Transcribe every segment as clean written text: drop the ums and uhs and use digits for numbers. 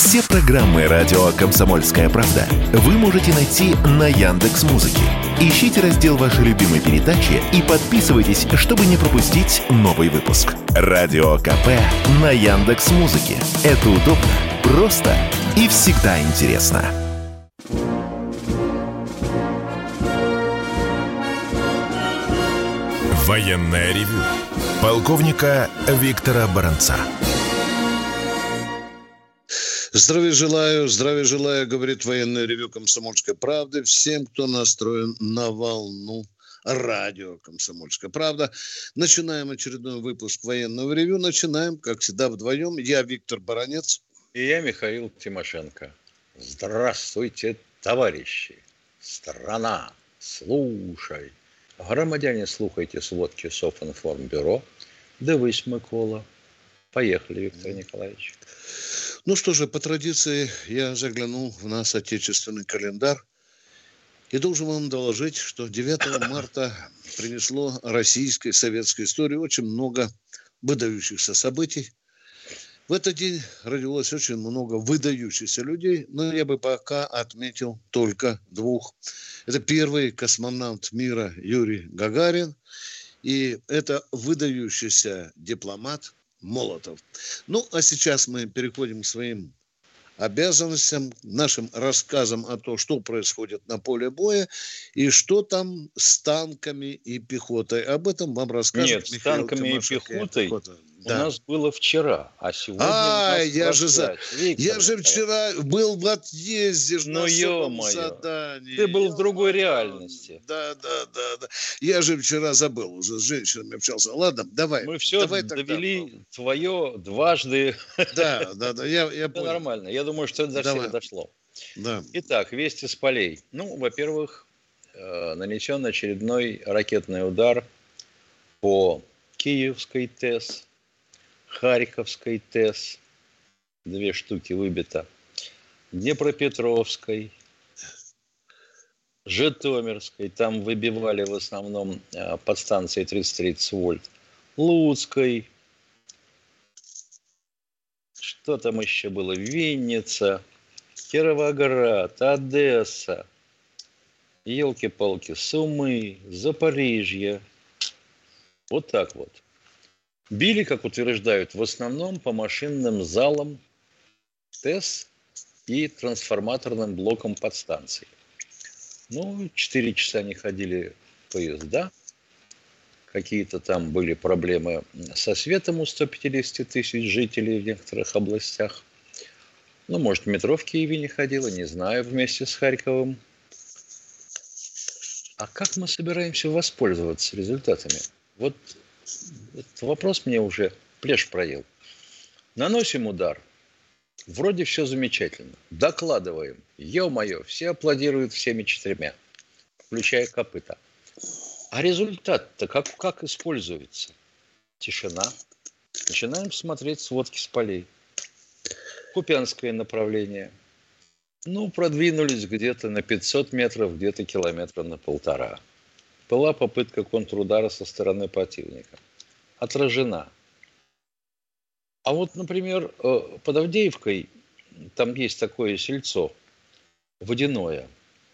Все программы радио «Комсомольская правда» вы можете найти на Яндекс.Музыке. Ищите раздел вашей любимой передачи и подписывайтесь, чтобы не пропустить новый выпуск. Радио КП на Яндекс.Музыке. Это удобно, просто и всегда интересно. Военное ревю полковника Виктора Баранца. Здравия желаю, говорит военное ревю «Комсомольской правды» всем, кто настроен на волну радио «Комсомольская правда». Начинаем очередной выпуск военного ревю. Начинаем, как всегда, вдвоем. Я Виктор Баранец. И я Михаил Тимошенко. Здравствуйте, товарищи. Страна, слушай. Громадяне, слухайте сводки Софинформбюро. Дивись, Микола. Поехали, Виктор Николаевич. Ну что же, по традиции я заглянул в наш отечественный календарь и должен вам доложить, что 9 марта принесло российской и советской истории очень много выдающихся событий. В этот день родилось очень много выдающихся людей, но я бы пока отметил только двух. Это первый космонавт мира Юрий Гагарин и это выдающийся дипломат Молотов. Ну, а сейчас мы переходим к своим обязанностям, нашим рассказам о том, что происходит на поле боя и что там с танками и пехотой. Об этом вам расскажет Михаил. Нет, Михаил с танками Тимошенко. и пехотой у нас было вчера, а сегодня я же вчера был в отъезде на особом задании. Ты был в другой реальности. Да. Я же вчера забыл, уже с женщинами общался. Ладно, давай. Мы все довели твое дважды. Да, я понял. Нормально. Я думаю, что это до всех дошло. Да. Итак, вести с полей. Ну, во-первых, нанесен очередной ракетный удар по Киевской ТЭС, Харьковской ТЭС, 2 штуки выбито, Днепропетровской, Житомирской, там выбивали в основном подстанции 30-30 вольт, Луцкой, что там еще было, Винница, Кировоград, Одесса, елки-палки, Сумы, Запорожье. Вот так вот. Били, как утверждают, в основном по машинным залам ТЭС и трансформаторным блокам подстанций. 4 часа не ходили поезда. Какие-то там были проблемы со светом у 150 тысяч жителей в некоторых областях. Может, метро в Киеве не ходило, не знаю, вместе с Харьковым. А как мы собираемся воспользоваться результатами? Вот этот вопрос мне уже плешь проел. Наносим удар. Вроде все замечательно. Докладываем. Ё-моё, все аплодируют всеми 4, включая копыта. А результат-то как используется? Тишина. Начинаем смотреть сводки с полей. Купянское направление. Продвинулись где-то на 500 метров, где-то километра на 1,5. Была попытка контрудара со стороны противника. Отражена. А вот, например, под Авдеевкой, там есть такое сельцо, водяное.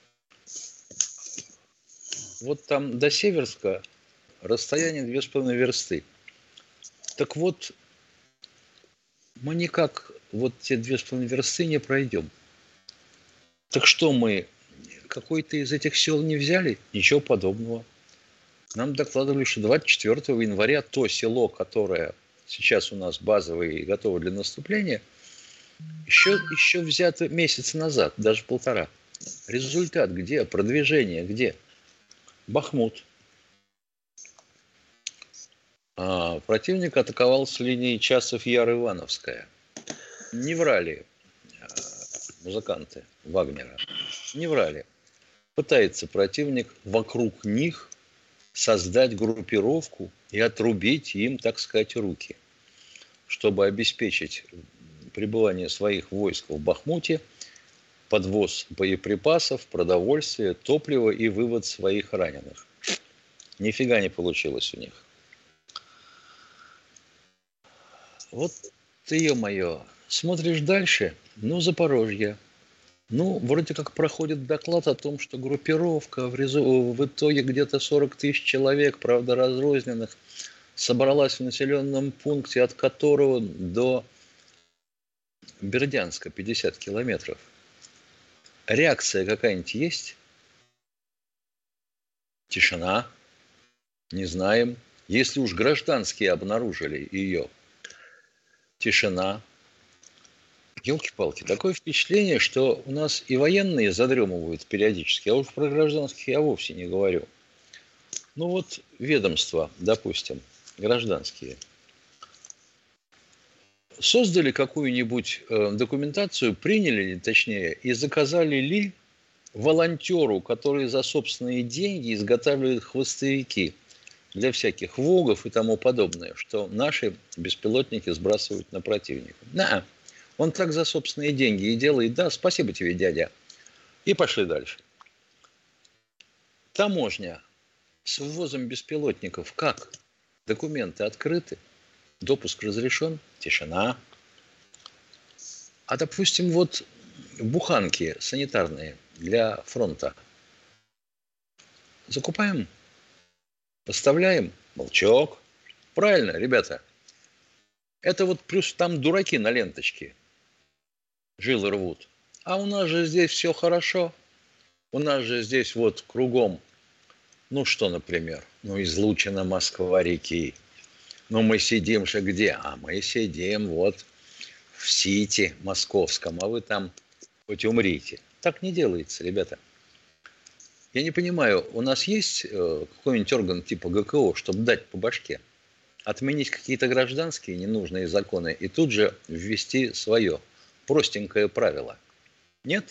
Вот там до Северска расстояние 2,5 версты. Так вот, мы никак те 2,5 версты не пройдем. Так что мы какой-то из этих сел не взяли? Ничего подобного. Нам докладывали, что 24 января то село, которое сейчас у нас базовое и готово для наступления, еще взято месяц назад, даже 1,5. Результат где? Продвижение где? Бахмут. Противник атаковал с линии Часов Яр-Ивановская. Не врали музыканты Вагнера. Не врали. Пытается противник вокруг них создать группировку и отрубить им, так сказать, руки, чтобы обеспечить пребывание своих войск в Бахмуте, подвоз боеприпасов, продовольствия, топлива и вывод своих раненых. Нифига не получилось у них. Вот, ё-моё, Смотришь дальше, ну, Запорожье. Ну, вроде как проходит доклад о том, что группировка в итоге где-то 40 тысяч человек, правда, разрозненных, собралась в населенном пункте, от которого до Бердянска 50 километров. Реакция какая-нибудь есть? Тишина. Не знаем. Если уж гражданские обнаружили ее, тишина. Елки-палки, такое впечатление, что у нас и военные задремывают периодически, а уж про гражданских я вовсе не говорю. Ну вот ведомства, допустим, гражданские, создали какую-нибудь документацию, приняли ли, точнее, и заказали ли волонтеру, который за собственные деньги изготавливает хвостовики для всяких ВОГов и тому подобное, что наши беспилотники сбрасывают на противника. Да, он так за собственные деньги и делает, да, спасибо тебе, дядя. И пошли дальше. Таможня с ввозом беспилотников как? Документы открыты, допуск разрешен, тишина. А допустим, вот буханки санитарные для фронта закупаем, поставляем, молчок. Правильно, ребята. Это вот плюс там дураки на ленточке жилы рвут. А у нас же здесь все хорошо. У нас же здесь вот кругом, ну что, например, ну излучина Москва-реки. Ну мы сидим же где? А мы сидим вот в Сити московском, а вы там хоть умрите. Так не делается, ребята. Я не понимаю, у нас есть какой-нибудь орган типа ГКО, чтобы дать по башке? Отменить какие-то гражданские ненужные законы и тут же ввести свое простенькое правило. Нет?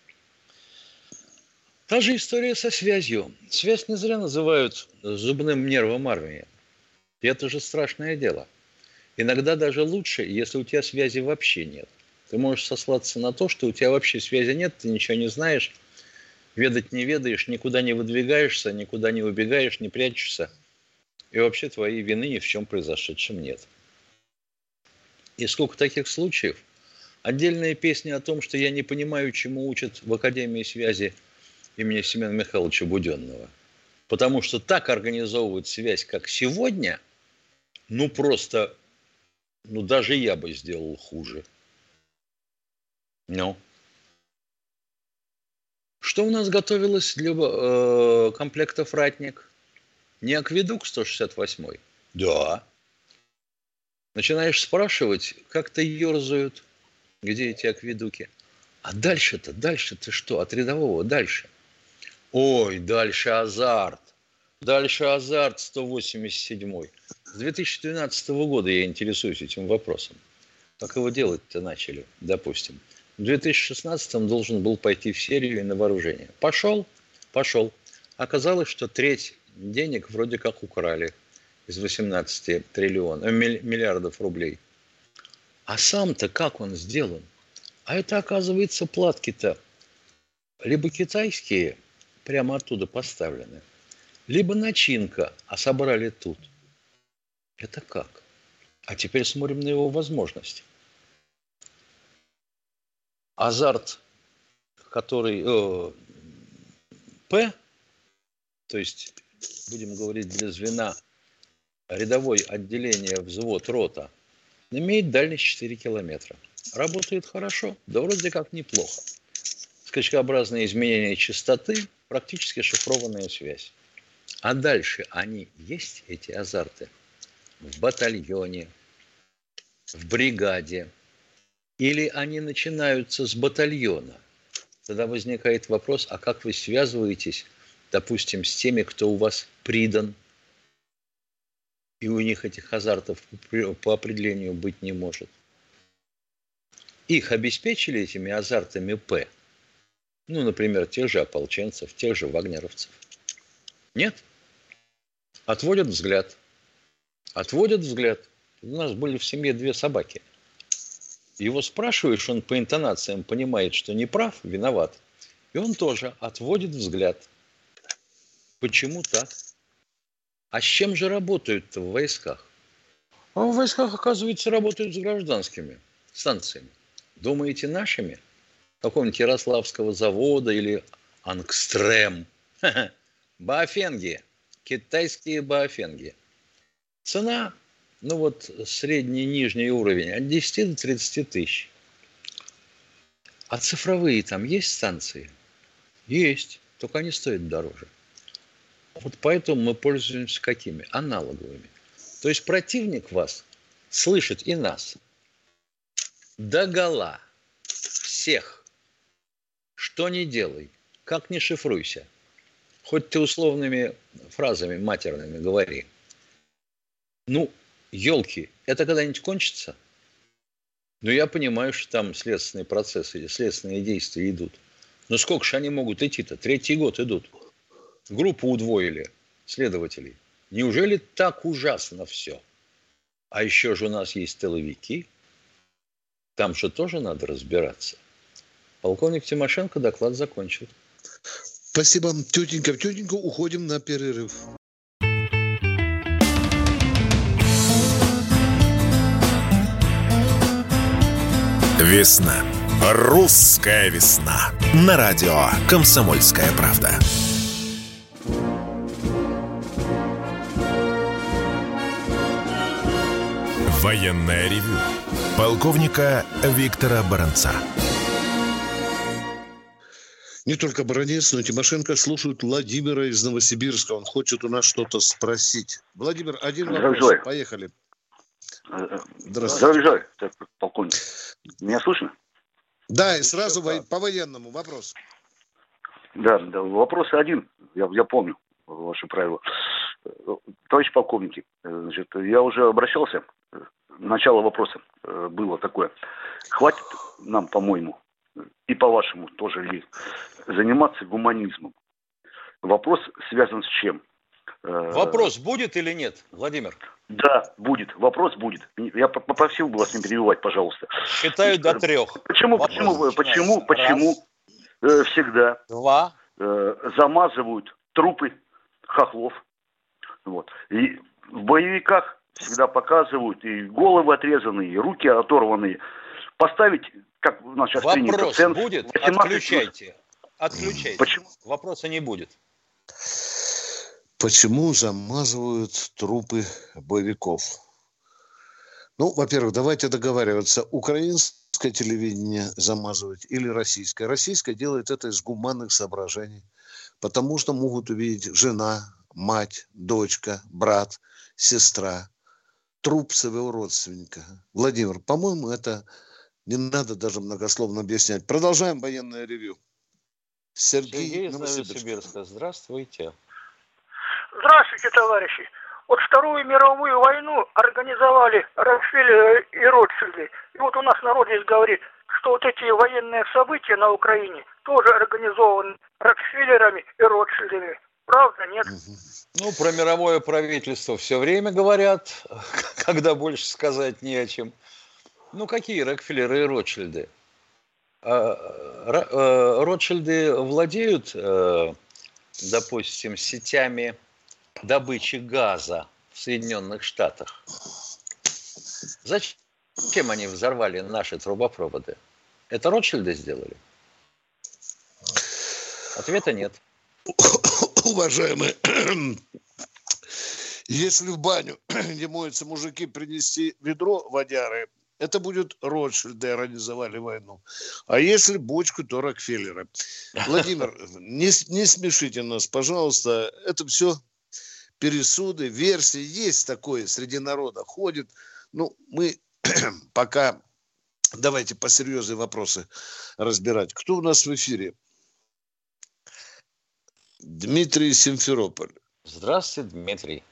Та же история со связью. Связь не зря называют зубным нервом армии. И это же страшное дело. Иногда даже лучше, если у тебя связи вообще нет. Ты можешь сослаться на то, что у тебя вообще связи нет, ты ничего не знаешь, ведать не ведаешь, никуда не выдвигаешься, никуда не убегаешь, не прячешься. И вообще твоей вины ни в чем произошедшем нет. И сколько таких случаев. Отдельная песня о том, что я не понимаю, чему учат в Академии связи имени Семена Михайловича Буденного. Потому что так организовывать связь, как сегодня, ну просто, ну даже я бы сделал хуже. Ну. Что у нас готовилось для комплектов «Ратник»? Не акведук 168-й? Да. Начинаешь спрашивать, как-то ерзают, где эти акведуки. А дальше-то что? От рядового дальше. Ой, дальше азарт. Дальше азарт 187-й. С 2012 года я интересуюсь этим вопросом. Как его делать-то начали, допустим. В 2016 должен был пойти в серию и на вооружение. Пошел. Оказалось, что треть денег вроде как украли из 18 миллиардов рублей. А сам-то как он сделан? А это, оказывается, платки-то либо китайские, прямо оттуда поставлены, либо начинка, а собрали тут. Это как? А теперь смотрим на его возможности. Азарт, который П, то есть, будем говорить, для звена рядовой отделение, взвод, рота, имеет дальность 4 километра. Работает хорошо, да вроде как неплохо. Скачкообразные изменения частоты, практически шифрованная связь. А дальше они есть, эти азарты, в батальоне, в бригаде, или они начинаются с батальона. Тогда возникает вопрос, а как вы связываетесь, допустим, с теми, кто у вас придан, и у них этих азартов по определению быть не может. Их обеспечили этими азартами П? Ну, например, тех же ополченцев, тех же вагнеровцев. Нет? Отводят взгляд. У нас были в семье 2 собаки. Его спрашиваешь, он по интонациям понимает, что не прав, виноват. И он тоже отводит взгляд. Почему так? А с чем же работают-то в войсках? А в войсках, оказывается, работают с гражданскими. станциями? Думаете, нашими? Какого-нибудь Ярославского завода или Ангстрем? Баофенги. Китайские баофенги. Цена, средний и нижний уровень от 10 до 30 тысяч. А цифровые там есть станции? Есть, только они стоят дороже. Вот поэтому мы пользуемся какими? Аналоговыми. То есть противник вас слышит и нас догола. Всех. Что ни делай, как ни шифруйся. Хоть ты условными фразами матерными говори. Елки, это когда-нибудь кончится? Я понимаю, что там следственные процессы, следственные действия идут. Но сколько же они могут идти-то? 3-й год идут. Группу удвоили следователей. Неужели так ужасно все? А еще же у нас есть тыловики. Там же тоже надо разбираться. Полковник Тимошенко доклад закончил. Спасибо. Тетенька в тетеньку, уходим на перерыв. Весна. Русская весна. На радио «Комсомольская правда». Военное ревю полковника Виктора Баранца. Не только Баранец, но и Тимошенко слушают Владимира из Новосибирска. Он хочет у нас что-то спросить. Владимир, один вопрос. Здравия. Поехали. Здравия желаю, полковник. Меня слышно? Да, и сразу по военному вопрос. Да, вопрос один. Я помню ваши правила. Товарищ полковники, значит, я уже обращался. Начало вопроса было такое. Хватит нам, по-моему, и по-вашему тоже ли, заниматься гуманизмом? Вопрос связан с чем? Вопрос будет или нет, Владимир? Да, будет. Вопрос будет. Я попросил бы вас не перебивать, пожалуйста. Считаю до 3. Почему всегда 2 замазывают трупы хохлов? Вот. И в боевиках всегда показывают и головы отрезанные, и руки оторванные. Поставить, как у нас сейчас принято, вопрос ценз будет? 18+. Отключайте. Почему? Вопроса не будет. Почему замазывают трупы боевиков? Во-первых, давайте договариваться. Украинское телевидение замазывать или российское? Российское делает это из гуманных соображений. Потому что могут увидеть жена, мать, дочка, брат, сестра. Труп своего родственника. Владимир, по-моему, это не надо даже многословно объяснять. Продолжаем военное ревью. Сергей из Новосибирска. Здравствуйте. Здравствуйте, товарищи. Вот Вторую мировую войну организовали Рокфеллеры и Ротшильды. И вот у нас народ здесь говорит, что вот эти военные события на Украине тоже организованы Рокфеллерами и Ротшильдами. Правда, нет? Про мировое правительство все время говорят, когда больше сказать не о чем. Какие Рокфеллеры и Ротшильды? Ротшильды владеют, допустим, сетями добычи газа в Соединенных Штатах. Зачем они взорвали наши трубопроводы? Это Ротшильды сделали? Ответа нет. Уважаемые, если в баню, где моются мужики, принести ведро водяры, это будет Ротшильды организовали войну. А если бочку, то Рокфеллеры. Владимир, не смешите нас, пожалуйста. Это все пересуды, версии. Есть такое среди народа. Ходит. Мы пока давайте посерьезные вопросы разбирать. Кто у нас в эфире? Дмитрий, Симферополь. Здравствуйте, Дмитрий.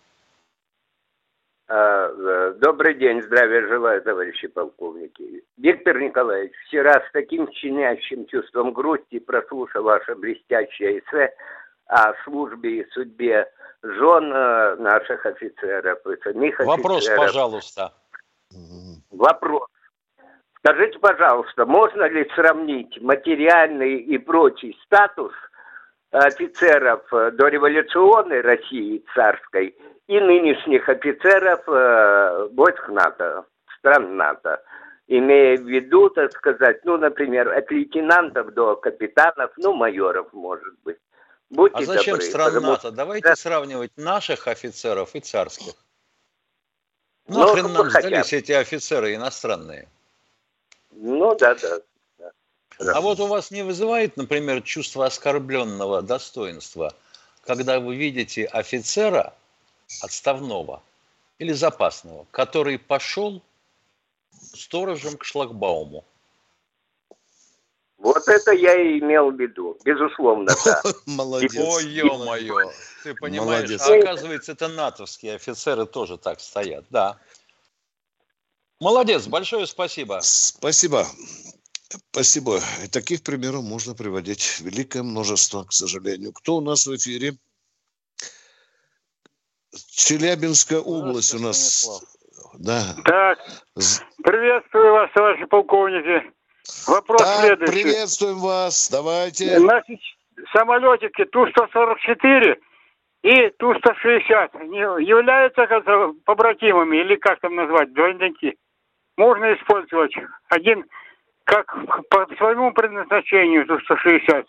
Добрый день, здравия желаю, товарищи полковники. Виктор Николаевич, вчера с таким щемящим чувством грусти прослушал ваше блестящее эссе о службе и судьбе жен наших офицеров и самих офицеров. Вопрос, пожалуйста. Вопрос. Скажите, пожалуйста, можно ли сравнить материальный и прочий статус офицеров дореволюционной России царской и нынешних офицеров войск НАТО, стран НАТО? имея в виду, так сказать, ну, например, от лейтенантов до капитанов, ну, майоров, может быть. Будьте А зачем добры, стран потому НАТО? Давайте сравнивать наших офицеров и царских. Ну, Нахрен нам хотя бы. сдались эти офицеры иностранные? Ну, да. А вот у вас не вызывает, например, чувство оскорбленного достоинства, когда вы видите офицера отставного или запасного, который пошел сторожем к шлагбауму? Вот это я и имел в виду, безусловно, да. Молодец. Ой, ё-моё, ты понимаешь, Молодец. а оказывается, это натовские офицеры тоже так стоят, да. Молодец, большое спасибо. Спасибо. Спасибо. И таких примеров можно приводить великое множество, к сожалению. Кто у нас в эфире? Челябинская область у нас. Да. Так, приветствую вас, товарищи полковники. Вопрос Так, следующий. приветствуем вас. Давайте. Значит, самолетики Ту-144 и Ту-160 являются побратимами, или как там назвать, двойники? Можно использовать один как по своему предназначению Ту-160.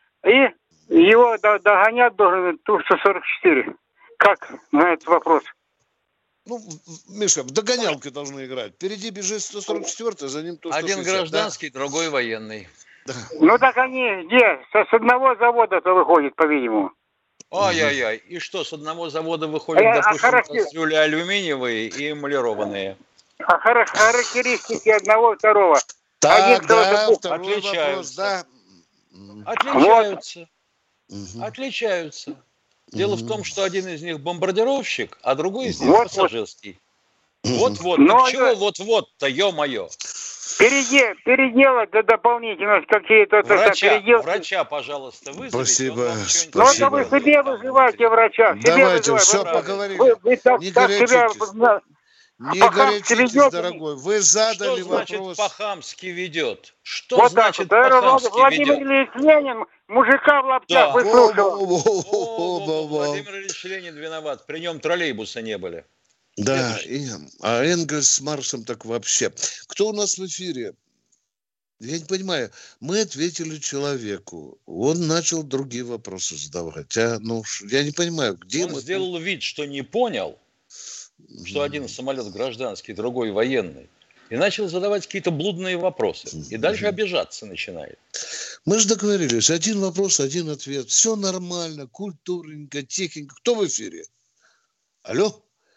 И его догонять должен Ту-144. Как на этот вопрос? Ну, Миша, в догонялки должны играть. Впереди бежит 144, за ним Ту-160. Один гражданский, да? Другой военный. Да. Ну так они где? С одного завода-то выходит, по-видимому. Ай-яй-яй. И что, с одного завода выходят, допустим, кастрюли алюминиевые и эмалированные? А характеристики одного, второго. Так, да, второй второй вопрос, да. Отличаются. Угу. Отличаются. Дело в том, что один из них бомбардировщик, а другой из них пассажирский. Вот-вот. Ну, чего вот-вот-то, ё-моё? Переделать дополнительно какие-то... Врача, пожалуйста, вызовите. Спасибо. Ну, это вы себе вызывайте врача. Давайте, все, поговорили. Вы так себя... Не горячитесь, дорогой. Вы задали вопрос. Что значит по-хамски ведет? Что значит по-хамски ведет? Владимир Ильич Ленин, мужика в лаптях выслушал. Владимир Ильич Ленин виноват. При нем троллейбуса не были. Да, а Энгельс с Марксом так вообще. Кто у нас в эфире? Я не понимаю. Мы ответили человеку. Он начал другие вопросы задавать. Я не понимаю, где он сделал вид, что не понял, что один самолет гражданский, другой военный, и начал задавать какие-то блудные вопросы. И дальше обижаться начинает. Мы же договорились. Один вопрос, один ответ. Все нормально, культурненько, тихенько. Кто в эфире? Алло?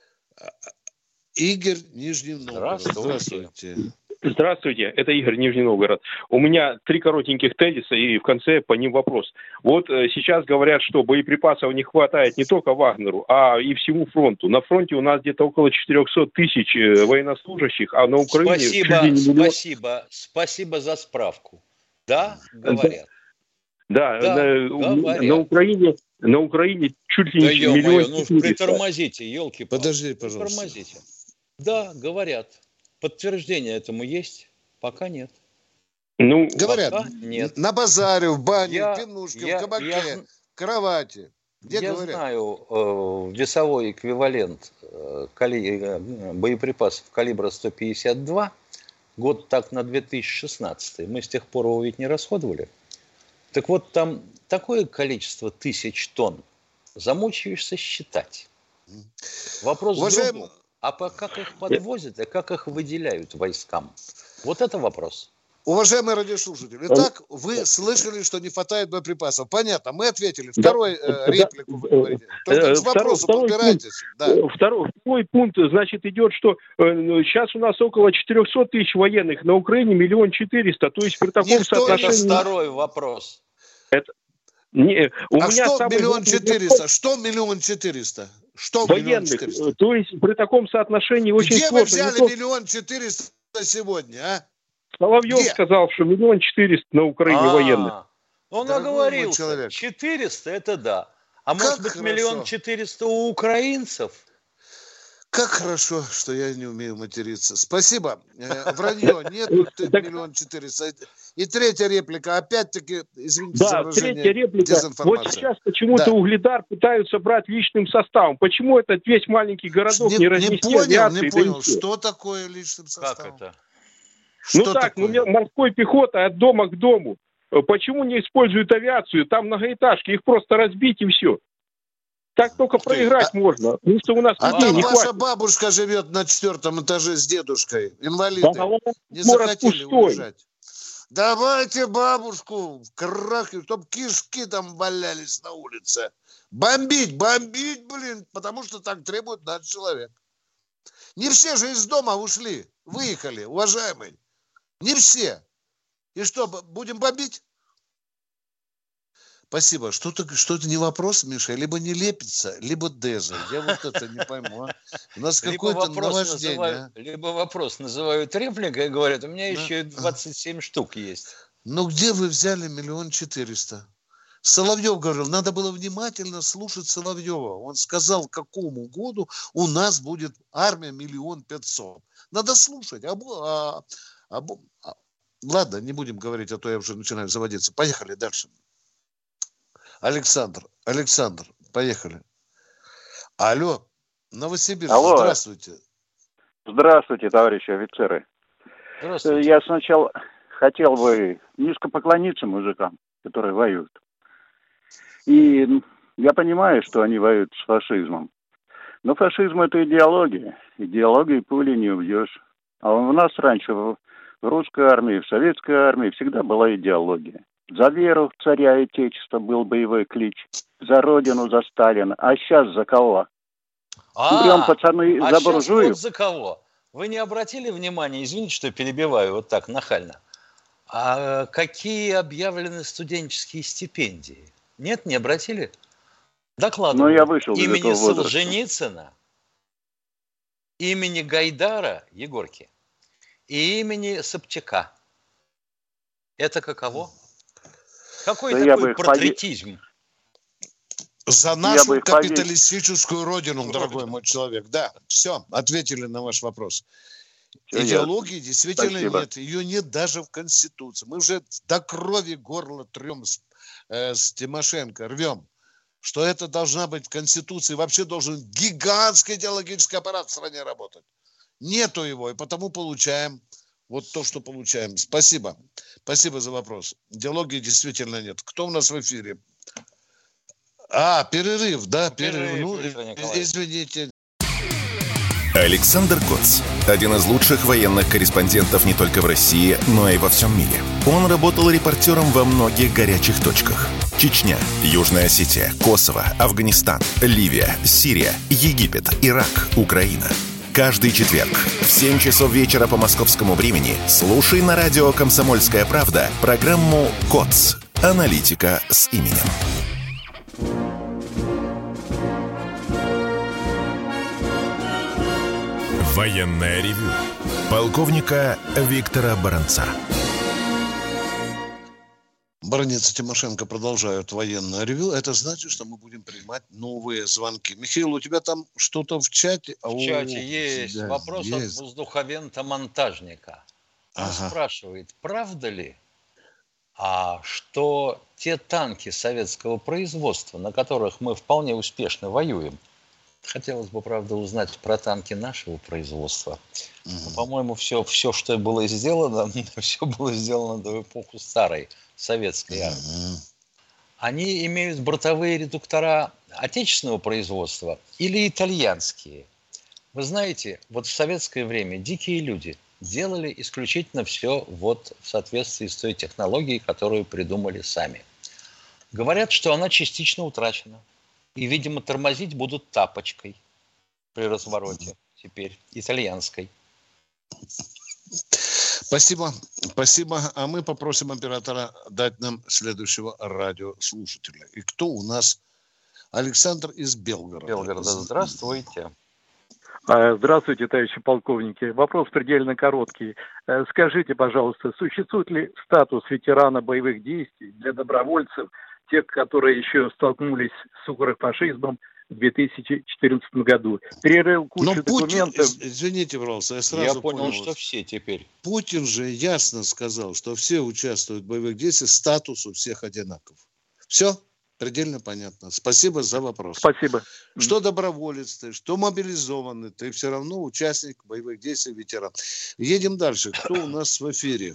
Игорь, Нижний Новгород. Здравствуйте. Здравствуйте, это Игорь, Нижний Новгород. У меня 3 коротеньких тезиса и в конце по ним вопрос. Вот сейчас говорят, что боеприпасов не хватает не только Вагнеру, а и всему фронту. На фронте у нас где-то около 400 тысяч военнослужащих, а на Украине... Спасибо за справку. Да, говорят. Да, говорят. На Украине чуть ли не миллион. Ну, притормозите, елки-палки. Подожди, пожалуйста. Притормозите. Да, говорят. Подтверждение этому есть? Пока нет. Ну, говорят, пока нет. На баzaре, в бане, в пивнушке, в кабаке, в кровати. Где я говорят? Знаю весовой эквивалент боеприпасов калибра 152. Год так на 2016. Мы с тех пор его ведь не расходовали. Так вот, там такое количество тысяч тонн. Замучаешься считать. Вопрос в другом. А как их подвозят, и как их выделяют войскам? Вот это вопрос. Уважаемые радиослушатели, итак, вы слышали, что не хватает боеприпасов. Понятно, мы ответили. Второй реплику вы говорите. Только к вопросу подбирайтесь. Второй пункт, значит, идет, что сейчас у нас около 400 тысяч военных, на Украине 1 400 000. То есть при таком соотношении... Это второй вопрос. Что 1 400 000? Что 1 400 000? Что военных, то есть при таком соотношении очень сложно. Где вы взяли 1 400 000 сегодня, а? Соловьев сказал, что 1 400 000 на Украине военных. Он оговорился. 400 это да. А может быть 1 400 000 у украинцев? Как хорошо, что я не умею материться. Спасибо. Вранье. Нет, 1 400 000. И третья реплика. Опять-таки, извините за выражение, третья реплика. Вот сейчас почему-то Угледар пытаются брать личным составом. Почему этот весь маленький городок не разнести авиацией? Не понял, что такое личным составом? Как это? Ну так, морской пехота от дома к дому. Почему не используют авиацию? Там многоэтажки, их просто разбить и все. Так только проиграть можно. Потому что у нас людей там не ваша хватит. бабушка живет на 4-м этаже с дедушкой. Инвалиды. Да, не захотели пустой. уезжать. Давайте бабушку в крахе, чтобы кишки там валялись на улице. Бомбить, блин, потому что так требует наш человек. Не все же из дома ушли, выехали, уважаемый. Не все. И что, будем бомбить? Спасибо. Что-то не вопрос, Миша, либо не лепится, либо деза. Я вот это не пойму. У нас какое-то наваждение. Либо вопрос называют репликой и говорят, у меня еще 27 штук есть. Ну где вы взяли 1 400 000? Соловьев говорил, надо было внимательно слушать Соловьева. Он сказал, к какому году у нас будет армия 1 500 000. Надо слушать. Ладно, не будем говорить, а то я уже начинаю заводиться. Поехали дальше. Александр, поехали. Алло, Новосибирск, Алло. Здравствуйте. Здравствуйте, товарищи офицеры. Здравствуйте. Я сначала хотел бы низко поклониться мужикам, которые воюют. И я понимаю, что они воюют с фашизмом. Но фашизм – это идеология. Идеологией пули не убьешь. А у нас раньше в русской армии, в советской армии всегда была идеология. За веру в царя и отечества был боевой клич. За родину, за Сталина. А сейчас за кого? Берем, пацаны, за буржуев. Вот за кого? Вы не обратили внимания, извините, что перебиваю вот так нахально, а какие объявлены студенческие стипендии? Нет, не обратили? Докладываю. Ну, я вышел из имени этого возраста. Солженицына, имени Гайдара, Егорки, и имени Собчака. Это каково? Какой такой патриотизм? За нашу капиталистическую родину, дорогой мой человек. Да, все, ответили на ваш вопрос. Идеологии действительно нет. Ее нет даже в Конституции. Мы уже до крови горло трем с Тимошенко, рвем, что это должна быть в Конституции. Вообще должен гигантский идеологический аппарат в стране работать. Нету его, и потому получаем вот то, что получаем. Спасибо. Спасибо за вопрос. Идеологии действительно нет. Кто у нас в эфире? Перерыв, да, перерыв. Ну, извините. Александр Коц. Один из лучших военных корреспондентов не только в России, но и во всем мире. Он работал репортером во многих горячих точках. Чечня, Южная Осетия, Косово, Афганистан, Ливия, Сирия, Египет, Ирак, Украина. Каждый четверг в 7 часов вечера по московскому времени слушай на радио «Комсомольская правда» программу «КОЦ. Аналитика с именем». Военное ревю полковника Виктора Баранца. Баранец и Тимошенко продолжают военное ревю. Это значит, что мы будем принимать новые звонки. Михаил, у тебя там что-то в чате? В чате есть. Да, вопрос есть. От воздуховента-монтажника. Он спрашивает, правда ли, что те танки советского производства, на которых мы вполне успешно воюем, хотелось бы, правда, узнать про танки нашего производства. Но, по-моему, все, что было сделано, все было сделано до эпохи старой советской армии. Они имеют бортовые редуктора отечественного производства или итальянские. Вы знаете, вот в советское время дикие люди делали исключительно все вот в соответствии с той технологией, которую придумали сами. Говорят, что она частично утрачена. И, видимо, тормозить будут тапочкой при развороте теперь, итальянской. Спасибо. А мы попросим оператора дать нам следующего радиослушателя. И кто у нас? Александр из Белгорода. Здравствуйте. Здравствуйте, товарищи полковники. Вопрос предельно короткий. Скажите, пожалуйста, существует ли статус ветерана боевых действий для добровольцев, тех, которые еще столкнулись с укрофашизмом в 2014 году? Перерыл кучу документов. Извините, пожалуйста, я понял, что все теперь. Путин же ясно сказал, что все участвуют в боевых действиях, статус у всех одинаков. Все? Предельно понятно. Спасибо за вопрос. Спасибо. Что доброволец ты, что мобилизованный, ты все равно участник боевых действий, ветеран. Едем дальше. Кто у нас в эфире?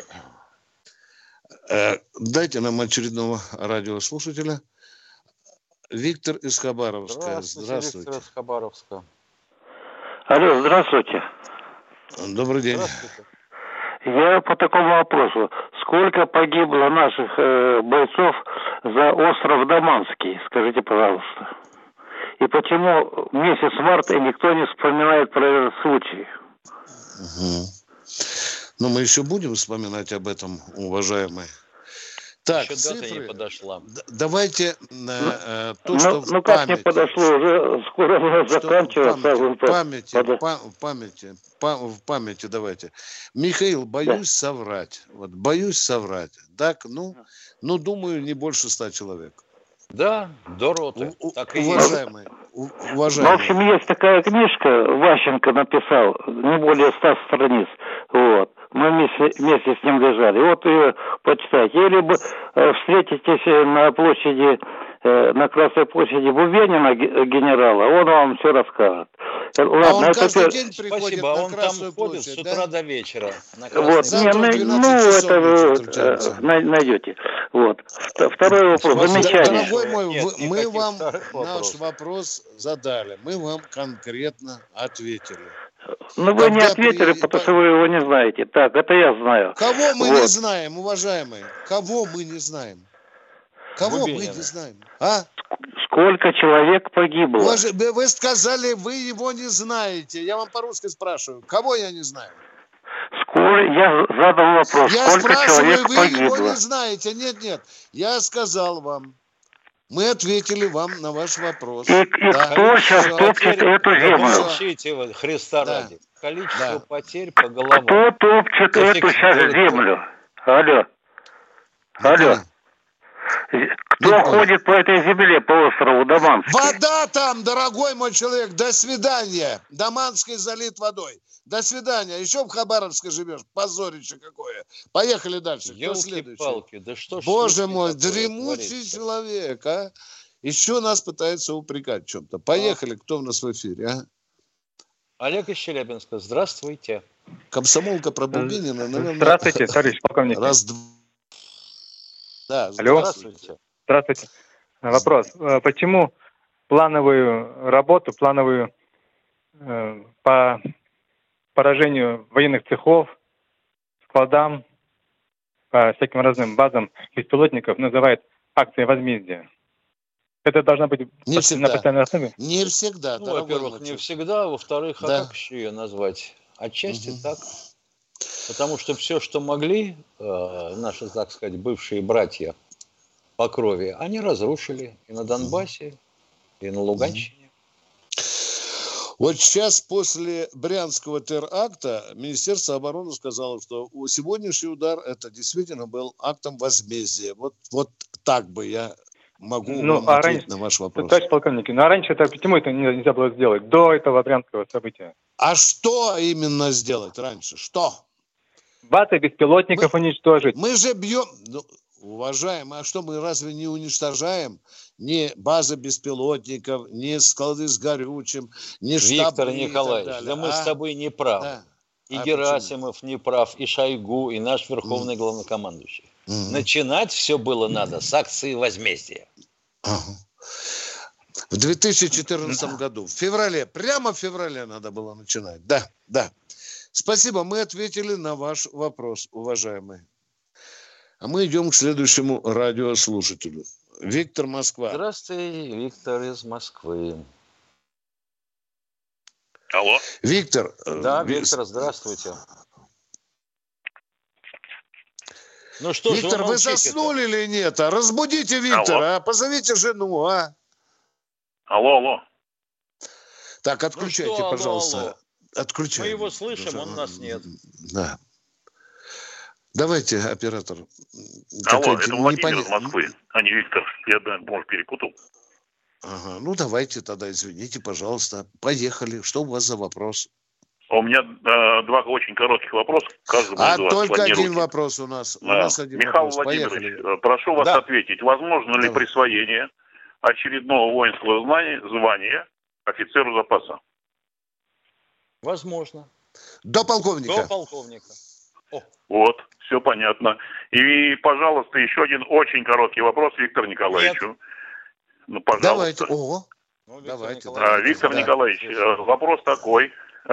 Дайте нам очередного радиослушателя. Виктор из Хабаровска. Здравствуйте. Виктор из Хабаровска. Алло, здравствуйте. Добрый день. Здравствуйте. Я по такому вопросу. Сколько погибло наших бойцов за остров Даманский? Скажите, пожалуйста. И почему месяц марта никто не вспоминает про этот случай? Угу. Но мы еще будем вспоминать об этом, уважаемые. Так, еще цифры. дата не подошла. Давайте то, что в как памяти. Не подошло, уже скоро заканчивается. В памяти давайте. Михаил, боюсь соврать. Вот, боюсь соврать. Так, думаю, не больше 100 человек. Да, до роты. Уважаемые. В общем, есть такая книжка, Ващенко написал, не более 100 страниц. Вот. Мы вместе с ним лежали. Вот ее почитайте. Или встретитесь на площади, на Красной площади Бубенина, генерала, он вам все расскажет. Ладно, он каждый день приходит Спасибо, на он Красную там ходит площадь, с утра до вечера. Вот, это вы найдете. Вот. Второй вопрос, замечание. Дорогой мой, мы вам наш вопрос задали, мы вам конкретно ответили. Ну, вы не ответили, потому что вы его не знаете. Так, это я знаю. Кого мы не знаем, уважаемые? Кого мы не знаем? Кого мы не знаем? А? Сколько человек погибло? Вы сказали, вы его не знаете. Я вам по-русски спрашиваю. Кого я не знаю? Я задал вопрос. Я сколько спрашиваю, человек вы погибло? его не знаете. Нет. Я сказал вам. Мы ответили вам на ваш вопрос. И кто сейчас топчет эту землю? Молчите вы, Христа ради. Количество потерь по головам. Кто топчет эту сейчас землю? Алло. Кто ходит по этой земле, по острову Даманский? Вода там, дорогой мой человек. До свидания. Даманский залит водой. До свидания. Еще в Хабаровске живешь. Позорище какое. Поехали дальше. Кто следующий? Да что ж Боже мой, дремучий человек, а? Еще нас пытается упрекать в чем-то. Поехали. Кто у нас в эфире, а? Олег из Челябинска. Здравствуйте. Комсомолка про Бубенина, наверное... Здравствуйте, товарищ полковник. Да, алло. Здравствуйте. Вопрос. Почему плановую работу, по поражению военных цехов, складам, по всяким разным базам беспилотников называют акцией возмездия? Это должна быть на постоянной основе? Не всегда. Во-первых, не всегда. Во-вторых, а как еще ее назвать? Отчасти так. Потому что все, что могли наши, так сказать, бывшие братья по крови, они разрушили и на Донбассе, и на Луганщине. Вот сейчас после Брянского теракта Министерство обороны сказало, что сегодняшний удар это действительно был актом возмездия. Вот так бы я могу вам ответить на ваш вопрос. Товарищ полковник, а раньше почему это нельзя было сделать, до этого Брянского события? А что именно сделать раньше? Что? Базы беспилотников уничтожить. Мы же бьем... Уважаемые, а что мы разве не уничтожаем ни базы беспилотников, ни склады с горючим, ни штабы? Виктор Николаевич, да мы с тобой не правы. Да. И Герасимов не прав, и Шойгу, и наш верховный главнокомандующий. Начинать все было надо с акции возмездия. В 2014 году, в феврале, прямо в феврале надо было начинать. Да. Спасибо, мы ответили на ваш вопрос, уважаемый. А мы идем к следующему радиослушателю. Виктор, Москва. Здравствуйте, Виктор из Москвы. Алло. Виктор. Да, Виктор, здравствуйте. Ну что Виктор, вы заснули или нет? Разбудите Виктора, позовите жену, а? Алло. Так, отключайте, пожалуйста. Алло. Отключайте. Мы его слышим, он нас нет. Да. Давайте, оператор. Алло, это Владимир из Москвы, а не Виктор. Я, может, перепутал. Ага, ну давайте тогда, извините, пожалуйста. Поехали. Что у вас за вопрос? У меня два очень коротких вопроса. Только один вопрос у нас. У нас один Михаил вопрос. Владимирович, Поехали. прошу вас ответить. Возможно ли присвоение очередного воинского звания офицеру запаса? Возможно. До полковника. До полковника. Вот, все понятно. И, пожалуйста, еще один очень короткий вопрос Виктору Николаевичу. Ну, пожалуйста. Давайте. Виктор Николаевич, вопрос такой.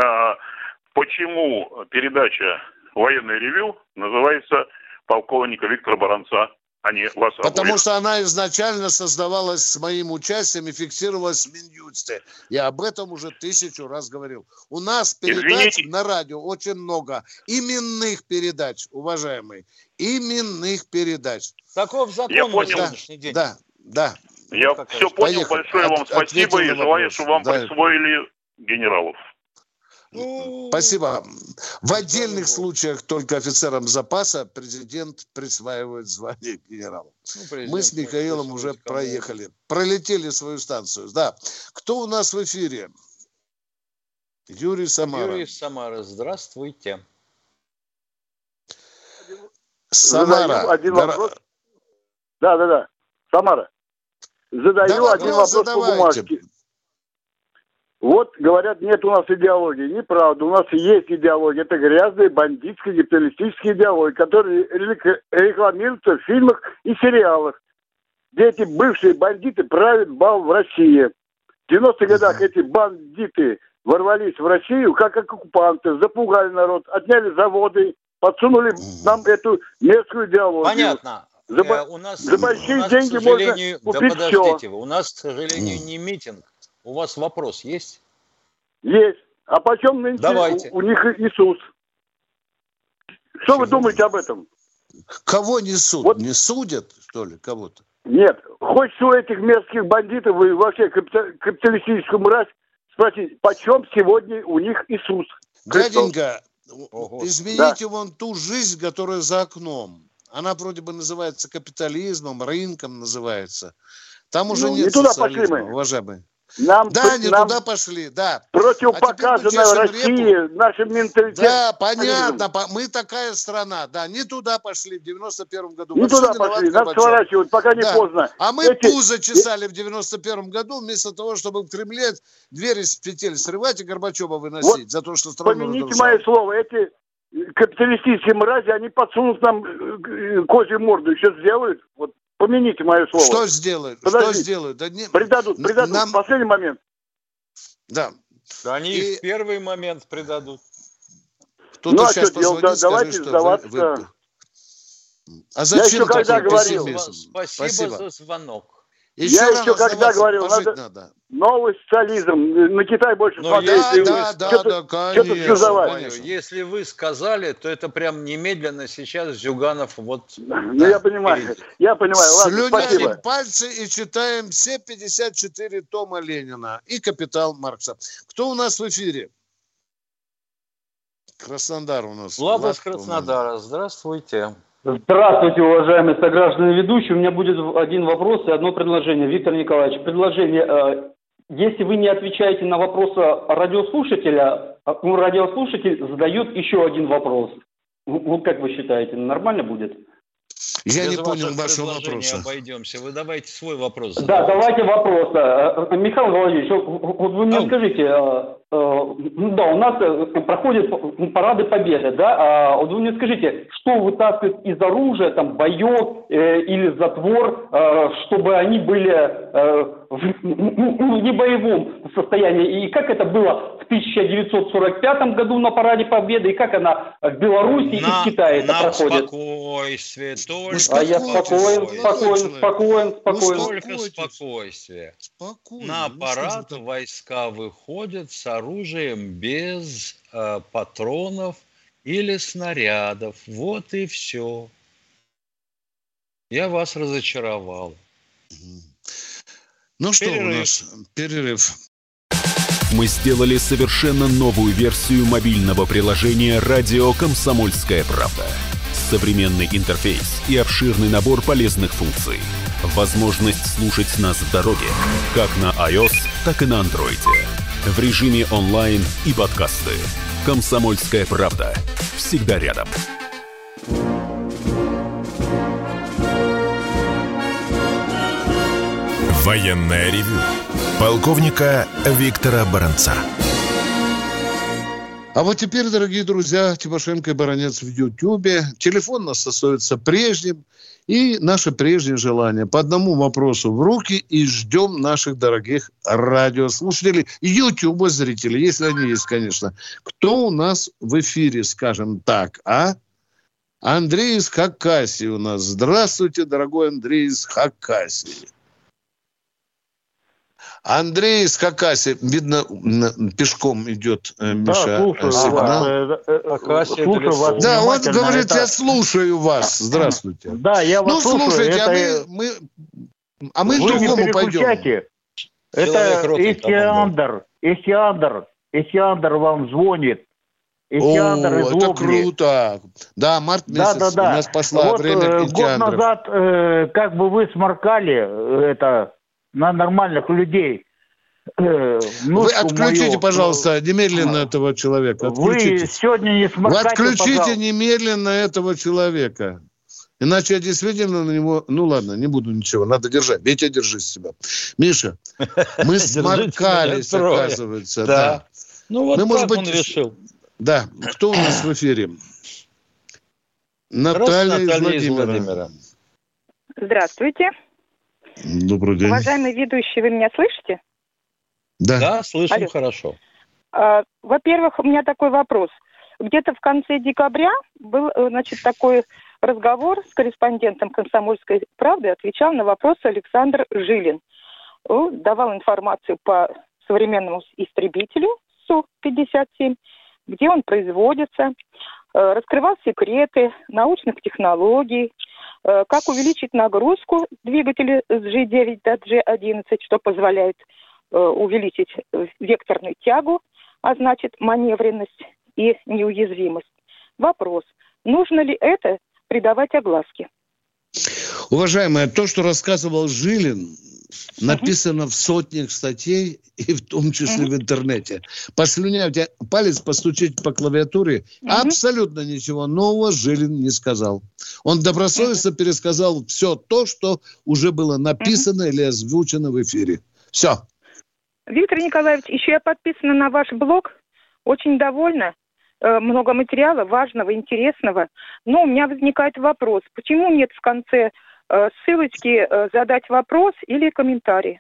Почему передача «Военное ревю» называется полковника Виктора Баранца, а не вас обоих? Потому что она изначально создавалась с моим участием и фиксировалась в Минюсте. Я об этом уже 1000 раз говорил. У нас передач на радио очень много. Именных передач, уважаемые. Именных передач. Таков закон на сегодняшний день. Да. Я все понял. Большое вам спасибо и желаю, чтобы вам присвоили генералов. Спасибо. В отдельных случаях только офицерам запаса президент присваивает звание генерала. Мы с Михаилом уже проехали. Пролетели свою станцию. Да. Кто у нас в эфире? Юрий Самара. Юрий Самара, здравствуйте. Самара. Один вопрос. Да. Самара. Задаю один вопрос по бумажке. Вот, говорят, нет у нас идеологии. Неправда, у нас есть идеология. Это грязная, бандитская, капиталистическая идеология, которая рекламируется в фильмах и сериалах, где эти бывшие бандиты правят бал в России. В 90-х годах эти бандиты ворвались в Россию, как оккупанты, запугали народ, отняли заводы, подсунули нам эту мерзкую идеологию. Понятно. У нас деньги можно купить все. У нас, к сожалению, не митинг. У вас вопрос есть? Есть. А почем нынче у них Иисус? Что вы думаете об этом? Кого несут? Вот. Не судят, что ли, кого-то? Нет. Хочется у этих мерзких бандитов и вообще капиталистическую мразь спросить, почем сегодня у них Иисус? Дяденька, измените вон ту жизнь, которая за окном. Она вроде бы называется капитализмом, рынком называется. Там уже нет социализма, уважаемые. Туда пошли, да. Противопоказанная России, нашим менталитетом. Да, понятно, мы такая страна, да, не туда пошли в 91-м году. Не туда пошли, надо сворачивать, пока не поздно. А мы пузо чесали в 91-м году, вместо того, чтобы в Кремле двери с петель срывать и Горбачева выносить за то, что страну помяните мое слово, эти капиталистические мрази, они подсунут нам козью морду, еще сделают, вот. Помяните мое слово. Что сделают? Что сделают? Да не... Предадут. Последний момент. Да. Они и в первый момент предадут. Кто-то сейчас позвонит, давайте скажи, сдаваться. Что А зачем такой пессимизм? Спасибо за звонок. Я еще когда говорил, надо новый социализм, на Китай больше смотреть. Если вы сказали, то это прям немедленно сейчас Зюганов вот... Ну, я понимаю. Слюнявим пальцы и читаем все 54 тома Ленина и «Капитал» Маркса. Кто у нас в эфире? Краснодар у нас. Влад из Краснодара. Здравствуйте. Здравствуйте, уважаемые сограждане ведущие. У меня будет один вопрос и одно предложение. Виктор Николаевич, предложение. Если вы не отвечаете на вопросы радиослушателя, радиослушатель задает еще один вопрос. Вот как вы считаете, нормально будет? Я не понял вашего вопроса. Обойдемся. Вы давайте свой вопрос. Да, давайте вопрос. Михаил Владимирович, вот вы мне скажите, да, у нас проходят парады победы, да, вот вы мне скажите, что вытаскивают из оружия, там, боек или затвор, чтобы они были в небоевом состоянии, и как это было в 1945 году на параде победы, и как она в Беларуси и в Китае это проходит? Спокойствие, только спокоен. Только спокойствие. На парад войска выходят с оружием без патронов или снарядов. Вот и все. Я вас разочаровал. Ну что у нас? Перерыв. Мы сделали совершенно новую версию мобильного приложения «Радио Комсомольская правда». Современный интерфейс и обширный набор полезных функций. Возможность слушать нас в дороге, как на iOS, так и на Android. В режиме онлайн и подкасты. «Комсомольская правда». Всегда рядом. Военное ревю полковника Виктора Баранца. А вот теперь, дорогие друзья, Тимошенко и Баранец в Ютьюбе. Телефон у нас остается прежним. И наше прежнее желание по одному вопросу в руки. И ждем наших дорогих радиослушателей, Ютьюба зрителей, если они есть, конечно. Кто у нас в эфире, скажем так, а? Андрей из Хакасии у нас. Здравствуйте, дорогой Андрей из Хакасии. Андрей из Хакасии, видно, пешком идет, Миша. Слушаю вас. Да, он говорит, я слушаю вас. Здравствуйте. Да, я вас слушаю. Слушайте, это... а мы к другому пойдем. Это Исиандр вам звонит. Исиандр из это Лобни. круто. Да, март месяц у нас пошло вот, время год назад как бы вы сморкали это... на нормальных людей. Вы отключите, пожалуйста, немедленно этого человека. Отключите. Вы сегодня не сморкайте, Вы отключите пожалуйста. немедленно этого человека. Иначе я действительно на него... Ну ладно, не буду ничего. Надо держать. Витя, держи себя. Миша, мы сморкались, оказывается. Да. Ну вот так он решил. Да. Кто у нас в эфире? Наталья из Владимира. Здравствуйте. Добрый день. Уважаемый ведущий, вы меня слышите? Да, слышим. Алло. Хорошо. Во-первых, у меня такой вопрос. Где-то в конце декабря был, такой разговор с корреспондентом «Комсомольской правды», отвечал на вопросы Александр Жилин. Давал информацию по современному истребителю Су-57, где он производится, раскрывал секреты научных технологий, как увеличить нагрузку двигателя с G9 до G11, что позволяет увеличить векторную тягу, а значит маневренность и неуязвимость. Вопрос, нужно ли это придавать огласке? Уважаемая, то, что рассказывал Жилин, написано в сотнях статей, и в том числе в интернете. Послюнявьте палец, постучите по клавиатуре. Абсолютно ничего нового Жилин не сказал. Он добросовестно пересказал все то, что уже было написано или озвучено в эфире. Все. Виктор Николаевич, еще я подписана на ваш блог. Очень довольна. Много материала важного, интересного. Но у меня возникает вопрос. Почему нет в конце ссылочки задать вопрос или комментарий?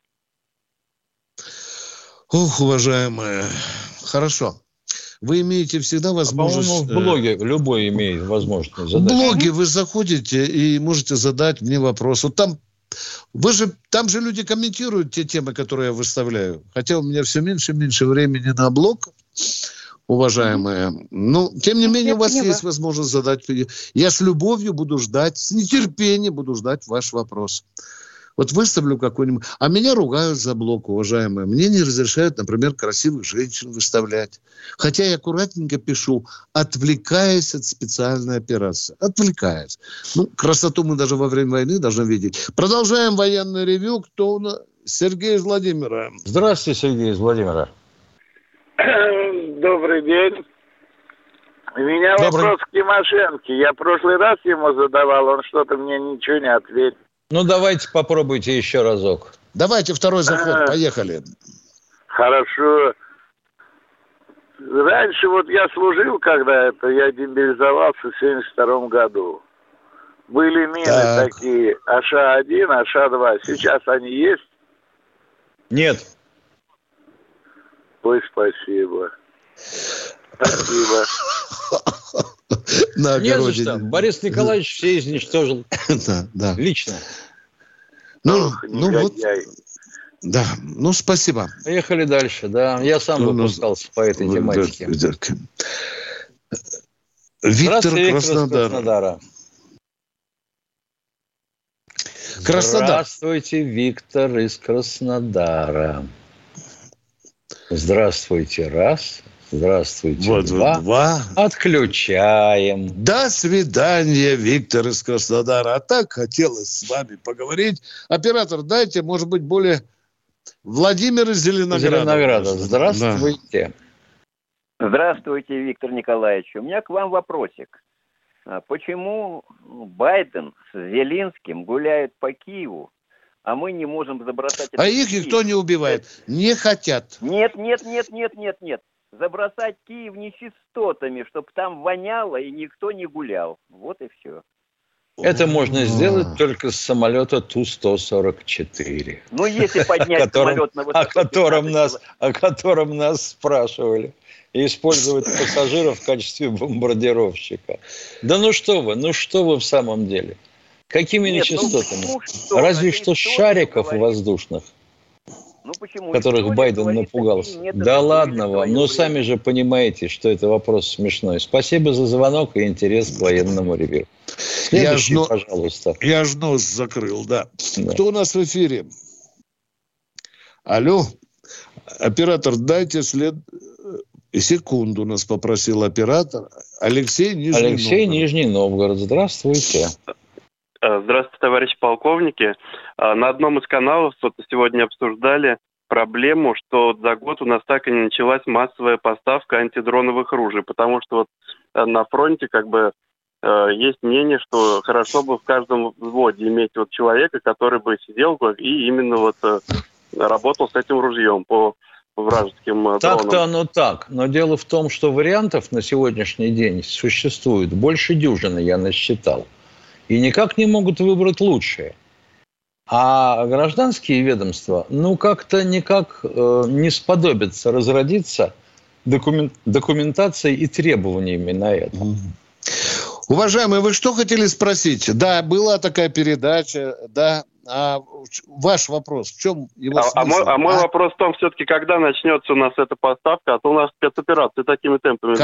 Ох, уважаемая, хорошо. Вы имеете всегда возможность... По-моему, в блоге любой имеет возможность задать. В блоге вы заходите и можете задать мне вопрос. Вот там же люди комментируют те темы, которые я выставляю. Хотя у меня все меньше и меньше времени на блог, уважаемая. Но, тем не менее, у вас есть возможность задать. Я с любовью буду ждать, с нетерпением буду ждать ваш вопрос. Вот выставлю какой-нибудь... А меня ругают за блог, уважаемые. Мне не разрешают, например, красивых женщин выставлять. Хотя я аккуратненько пишу, отвлекаясь от специальной операции. Отвлекаясь. Красоту мы даже во время войны должны видеть. Продолжаем военное ревью. Кто у нас? Сергей из Владимира. Здравствуйте, Сергей из Владимира. Добрый день. У меня вопрос к Тимошенко. Я в прошлый раз ему задавал, он что-то мне ничего не ответил. Ну, давайте попробуйте еще разок. Давайте второй заход, поехали. Хорошо. Раньше я служил, когда я демобилизовался в 1972 году. Были мины такие, АШ-1, АШ-2. Сейчас они есть? Нет. Ой, спасибо. Спасибо. Не за что. Борис Николаевич все изничтожил. Да. Лично. Да, спасибо. Поехали дальше, да. Я сам выпускался по этой тематике. Виктор Краснодара. Здравствуйте, Виктор из Краснодара. Здравствуйте, раз. Здравствуйте, два. Отключаем. До свидания, Виктор из Краснодара. А так хотелось с вами поговорить. Оператор, дайте, может быть, более... Владимир из Зеленограда. Здравствуйте. Здравствуйте, Виктор Николаевич. У меня к вам вопросик. Почему Байден с Зеленским гуляют по Киеву, а мы не можем забросать... А их никто не убивает. Не хотят. Нет. Забросать Киев нечистотами, чтобы там воняло и никто не гулял. Вот и все. Это можно сделать только с самолета Ту-144. Ну, если поднять самолет на высоту... О котором нас спрашивали. И использовать пассажиров в качестве бомбардировщика. Да ну что вы в самом деле? Какими нечистотами? Разве что шариков воздушных, которых Байден напугался. Да ладно вам, но сами же понимаете, что это вопрос смешной. Спасибо за звонок и интерес к военному ревью. Следующий, пожалуйста. Я ж нос закрыл, да. Кто у нас в эфире? Алло, оператор, дайте секунду, нас попросил оператор. Алексей, Нижний Новгород. Здравствуйте. Здравствуйте, товарищи полковники. На одном из каналов сегодня обсуждали проблему, что за год у нас так и не началась массовая поставка антидроновых ружей, потому что на фронте есть мнение, что хорошо бы в каждом взводе иметь человека, который бы сидел и именно работал с этим ружьем по вражеским дронам. Так-то оно так. Но дело в том, что вариантов на сегодняшний день существует больше дюжины, я насчитал. И никак не могут выбрать лучшие. А гражданские ведомства, как-то никак не сподобятся разродиться документацией и требованиями на это. Уважаемые, вы что хотели спросить? Да, была такая передача, да. А ваш вопрос, в чем его смысл? Мой вопрос в том, все-таки, когда начнется у нас эта поставка, а то у нас спецоперации такими темпами.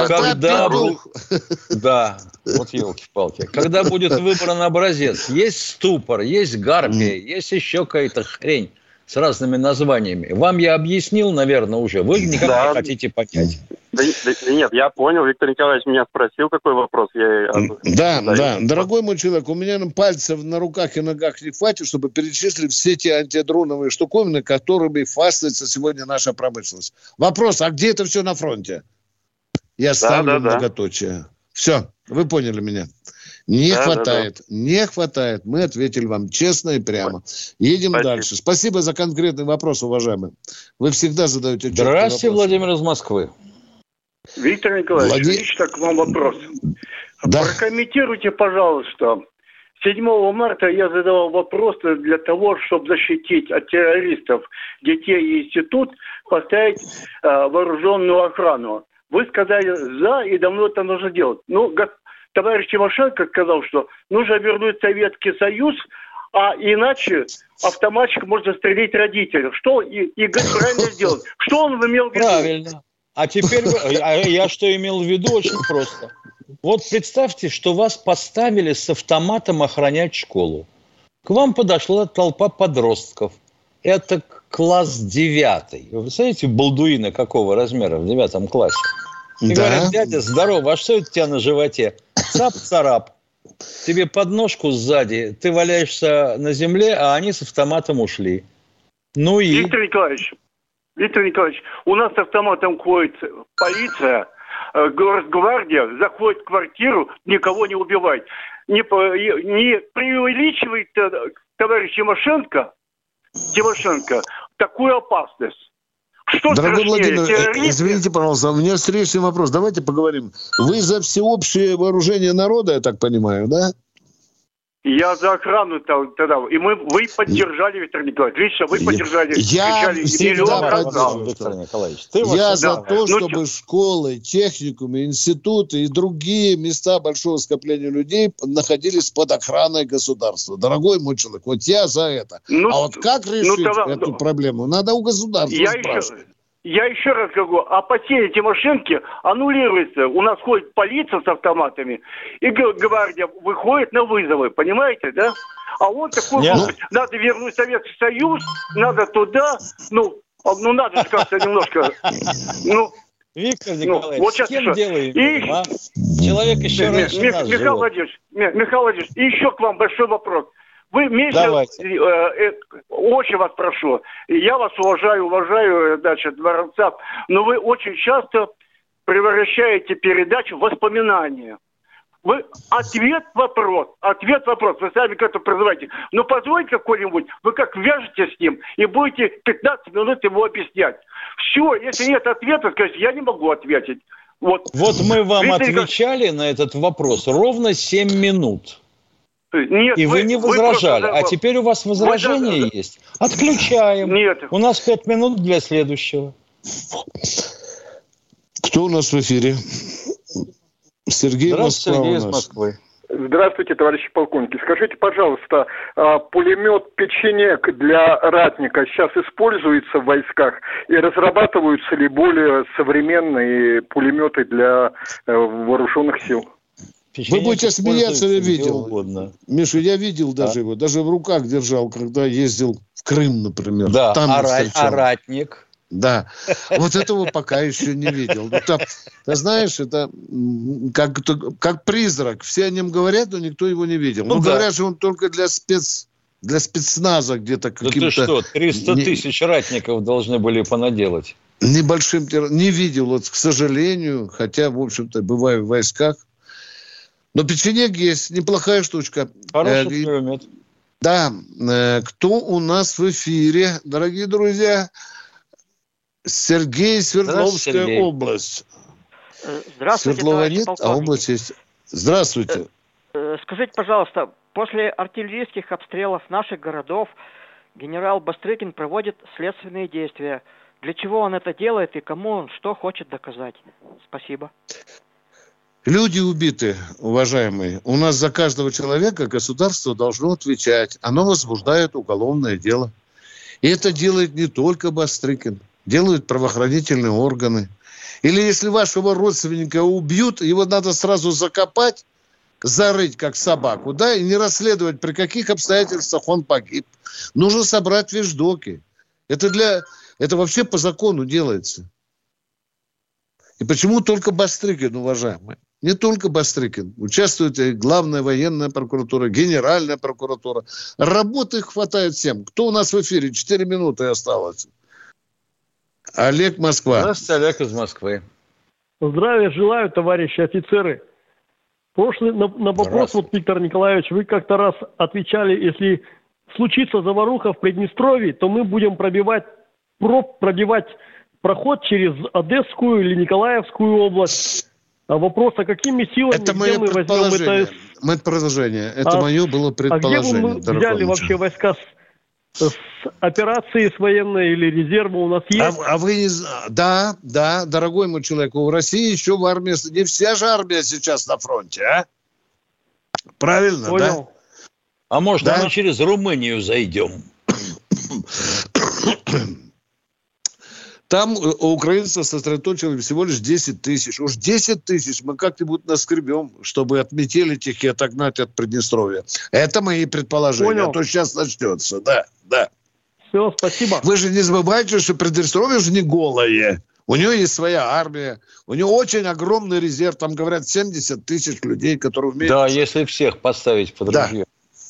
Да, вот елки-палки. Когда будет выбран образец, есть ступор, есть гарпия, есть еще какая-то хрень с разными названиями. Вам я объяснил, наверное, уже. Вы никак не хотите понять. Да нет, я понял. Виктор Николаевич меня спросил, какой вопрос. Да. Дорогой мой человек, у меня пальцев на руках и ногах не хватит, чтобы перечислить все те антидроновые штуковины, которыми фастается сегодня наша промышленность. Вопрос, а где это все на фронте? Я ставлю многоточие. Все, вы поняли меня. Не хватает. Мы ответили вам честно и прямо. Едем дальше. Спасибо за конкретный вопрос, уважаемый. Вы всегда задаете четкие вопросы. Здравствуйте, Владимир из Москвы. Виктор Николаевич, лично к вам вопрос. Да. Прокомментируйте, пожалуйста. 7 марта я задавал вопрос для того, чтобы защитить от террористов детей и институт, поставить вооруженную охрану. Вы сказали «за» и давно это нужно делать. Товарищ Тимошенко сказал, что нужно вернуть Советский Союз, а иначе автоматчик может застрелить родителей. Что Игорь правильно сделал? Что он имел в виду? Правильно. А теперь я что имел в виду? Очень просто. Вот представьте, что вас поставили с автоматом охранять школу. К вам подошла толпа подростков. Это класс 9. Вы представляете, балдуина какого размера в 9 классе? И говорят: дядя, здорово, а что это у тебя на животе? Цап-царап. Тебе подножку сзади, ты валяешься на земле, а они с автоматом ушли. Виктор Николаевич, у нас с автоматом ходит полиция, Росгвардия, заходит в квартиру, никого не убивает. Не преувеличивает товарищ Тимошенко такую опасность. Что дорогой Владимир, извините, пожалуйста, у меня встречный вопрос. Давайте поговорим. Вы за всеобщее вооружение народа, я так понимаю, да? Я за охрану тогда. И вы поддержали, Виктор Николаевич. Лично вы поддержали. Я за то, чтобы школы, техникумы, институты и другие места большого скопления людей находились под охраной государства. Дорогой мой человек, вот я за это. А вот как решить эту проблему? Надо у государства спрашивать. Я еще раз говорю, опасения Тимошенко аннулируются. У нас ходит полиция с автоматами, и гвардия выходит на вызовы, понимаете, да? А он такой, надо вернуть Советский Союз, надо туда, надо как-то немножко, Виктор Николаевич, с кем делаем? Человек еще раньше нас живет. Михаил Владимирович, и еще к вам большой вопрос. Вы меньше, очень вас прошу, я вас уважаю, Воронцов, но вы очень часто превращаете передачу в воспоминания. Вы ответ-вопрос, вы сами к этому призываете. Но позвольте какой-нибудь, вы как вяжете с ним и будете 15 минут его объяснять. Все, если нет ответа, скажите, я не могу ответить. Вот мы вам отвечали на этот вопрос ровно 7 минут. Нет, и вы не возражали. А теперь у вас возражение есть. Отключаем. Нет. У нас 5 минут для следующего. Кто у нас в эфире? Сергей из Москвы. Здравствуйте, товарищи полковники. Скажите, пожалуйста, пулемет «Печенек» для ратника сейчас используется в войсках? И разрабатываются ли более современные пулеметы для вооруженных сил? Вы будете смеяться, я видел. Миша, я видел даже его. Даже в руках держал, когда ездил в Крым, например. Да, ратник. Да, вот этого пока еще не видел. Ты знаешь, это как призрак. Все о нем говорят, но никто его не видел. Говорят, что он только для спецназа где-то каким-то... Да ты что, 300 тысяч ратников должны были понаделать. Небольшим не видел, вот, к сожалению, хотя, в общем-то, бываю в войсках. Но печенек есть, неплохая штучка. Хороший пулемет. Да, кто у нас в эфире, дорогие друзья? Сергей, Свердловская область. Здравствуйте, Свердлова нет, а область есть. Здравствуйте. Скажите, пожалуйста, после артиллерийских обстрелов наших городов генерал Бастрыкин проводит следственные действия. Для чего он это делает и кому он что хочет доказать? Спасибо. Люди убиты, уважаемые. У нас за каждого человека государство должно отвечать. Оно возбуждает уголовное дело. И это делает не только Бастрыкин. Делают правоохранительные органы. Или если вашего родственника убьют, его надо сразу закопать, зарыть как собаку, да, и не расследовать, при каких обстоятельствах он погиб. Нужно собрать вещдоки. Это вообще по закону делается. И почему только Бастрыкин, уважаемые? Не только Бастрыкин. Участвует и главная военная прокуратура, генеральная прокуратура. Работы хватает всем. Кто у нас в эфире? 4 минуты осталось. Олег, Москва. Здравствуйте, Олег из Москвы. Здравия желаю, товарищи офицеры. На вопрос, вот, Виктор Николаевич, вы как-то раз отвечали, если случится заваруха в Приднестровье, то мы будем пробивать проход через Одесскую или Николаевскую область. А вопрос, а какими силами, это мое мы возьмем это? Мое продолжение. Это мое было предположение. А где мы взяли вообще войска с операции с военной или резерва у нас есть? Вы не знаете? Да, дорогой мой человек, у России еще в армии... Не вся же армия сейчас на фронте, а? Правильно, понял. Да? А может, мы через Румынию зайдем? Там у украинцев сосредоточено всего лишь 10 тысяч. Уж 10 тысяч мы как-нибудь наскребем, чтобы отметелить их и отогнать от Приднестровья. Это мои предположения. Понял. А то сейчас начнется. Да. Все, спасибо. Вы же не забывайте, что Приднестровье же не голое. У него есть своя армия. У него очень огромный резерв. Там, говорят, 70 тысяч людей, которые умеют... Да, если всех поставить под ружье.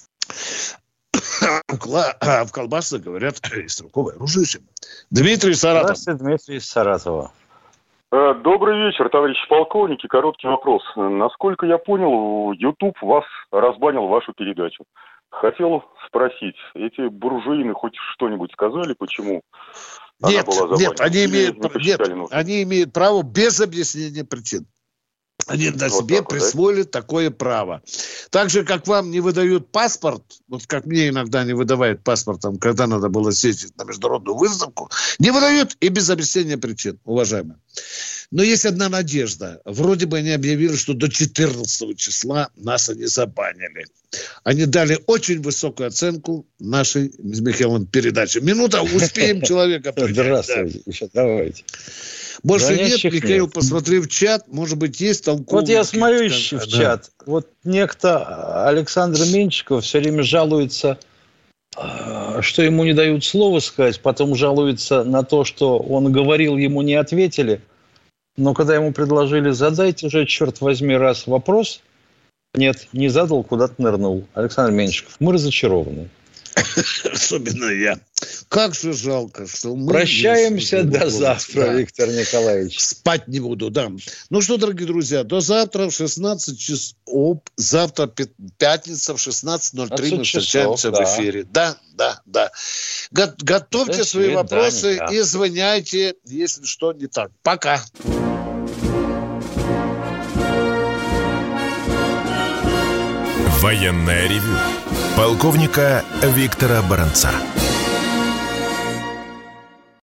В колбасах, говорят, стрелковое оружие. Дмитрий Саратов. Здравствуйте, Дмитрий из Саратова. Добрый вечер, товарищи полковники. Короткий вопрос. Насколько я понял, YouTube вас разбанил вашу передачу. Хотел спросить, эти буржуины хоть что-нибудь сказали, почему она была забанена? Они имеют право без объяснения причин. Они на себе присвоили такое право. Так же, как вам не выдают паспорт, вот как мне иногда не выдавают паспорт, когда надо было съездить на международную выставку, не выдают и без объяснения причин, уважаемые. Но есть одна надежда. Вроде бы они объявили, что до 14 числа нас они забанили. Они дали очень высокую оценку нашей с Михаилом передаче. Минута, успеем человека принять. Здравствуйте, еще давайте. Больше нет, Михаил, посмотри в чат, может быть, есть толковый. Вот я смотрю в чат. Вот некто Александр Меньшиков все время жалуется, что ему не дают слова сказать, потом жалуется на то, что он говорил, ему не ответили. Но когда ему предложили, задайте же, черт возьми, раз вопрос, нет, не задал, куда-то нырнул. Александр Меньшиков, мы разочарованы. Особенно я. Как же жалко, что мы... Прощаемся до завтра, да. Виктор Николаевич. Спать не буду, да. Ну что, дорогие друзья, до завтра в 16 часов. Завтра пятница в 16:03 мы встречаемся в эфире. Да. Готовьте свои вопросы и звоняйте, если что не так. Пока. Военное ревю полковника Виктора Баранца.